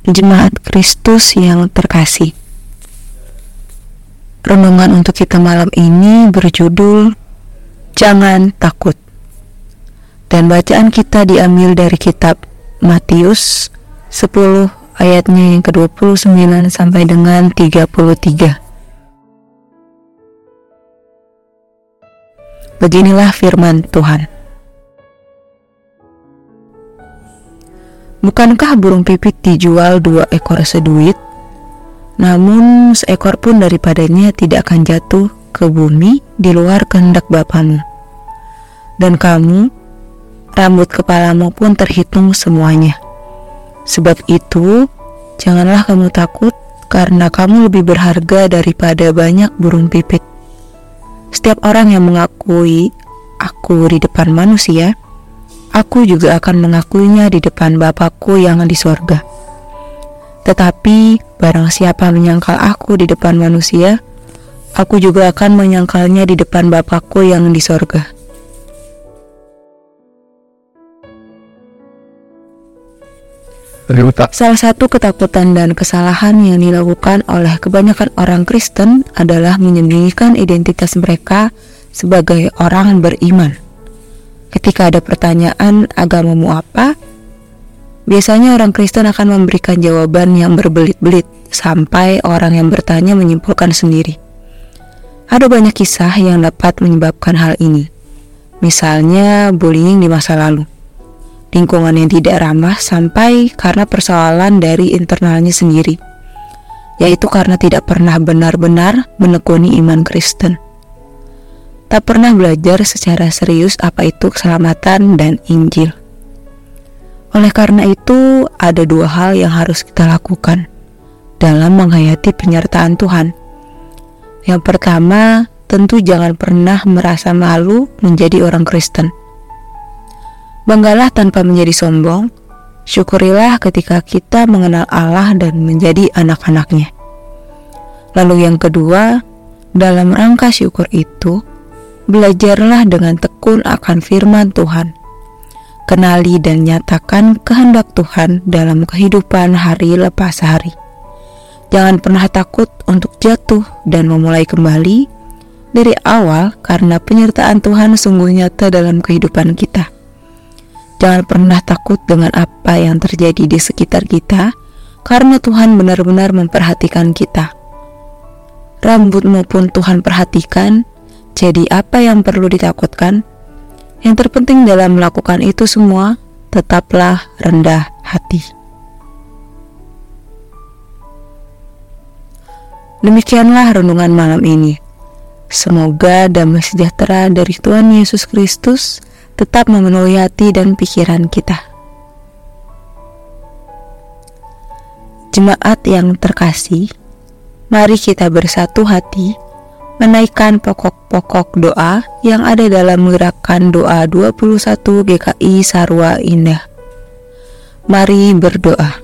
Jemaat Kristus yang terkasih, renungan untuk kita malam ini berjudul Jangan Takut. Dan bacaan kita diambil dari kitab Matius 10 ayatnya yang ke-29 sampai dengan 33. Beginilah firman Tuhan. Bukankah burung pipit dijual 2 ekor seduit? Namun seekor pun daripadanya tidak akan jatuh ke bumi di luar kehendak Bapamu. Dan kamu, rambut kepalamu pun terhitung semuanya. Sebab itu, janganlah kamu takut, karena kamu lebih berharga daripada banyak burung pipit. Setiap orang yang mengakui aku di depan manusia, aku juga akan mengakuinya di depan Bapakku yang di sorga. Tetapi barang siapa menyangkal aku di depan manusia, aku juga akan menyangkalnya di depan Bapakku yang di sorga. Salah satu ketakutan dan kesalahan yang dilakukan oleh kebanyakan orang Kristen adalah menyembunyikan identitas mereka sebagai orang beriman. Ketika ada pertanyaan, agamamu apa? Biasanya orang Kristen akan memberikan jawaban yang berbelit-belit sampai orang yang bertanya menyimpulkan sendiri. Ada banyak kisah yang dapat menyebabkan hal ini. Misalnya bullying di masa lalu, lingkungan yang tidak ramah, sampai karena persoalan dari internalnya sendiri, yaitu karena tidak pernah benar-benar menekuni iman Kristen. Tak pernah belajar secara serius apa itu keselamatan dan Injil. Oleh karena itu, ada 2 hal yang harus kita lakukan dalam menghayati penyertaan Tuhan. Yang pertama, tentu jangan pernah merasa malu menjadi orang Kristen. Banggalah tanpa menjadi sombong, syukurilah ketika kita mengenal Allah dan menjadi anak-anaknya. Lalu yang kedua, dalam rangka syukur itu, belajarlah dengan tekun akan firman Tuhan. Kenali dan nyatakan kehendak Tuhan dalam kehidupan hari lepas hari. Jangan pernah takut untuk jatuh dan memulai kembali dari awal, karena penyertaan Tuhan sungguh nyata dalam kehidupan kita. Jangan pernah takut dengan apa yang terjadi di sekitar kita, karena Tuhan benar-benar memperhatikan kita. Rambutmu pun Tuhan perhatikan, jadi apa yang perlu ditakutkan? Yang terpenting dalam melakukan itu semua, tetaplah rendah hati. Demikianlah renungan malam ini. Semoga damai sejahtera dari Tuhan Yesus Kristus tetap memenuhi hati dan pikiran kita. Jemaat yang terkasih, mari kita bersatu hati menaikkan pokok-pokok doa yang ada dalam gerakan doa 21 GKI Sarwa Indah. Mari berdoa.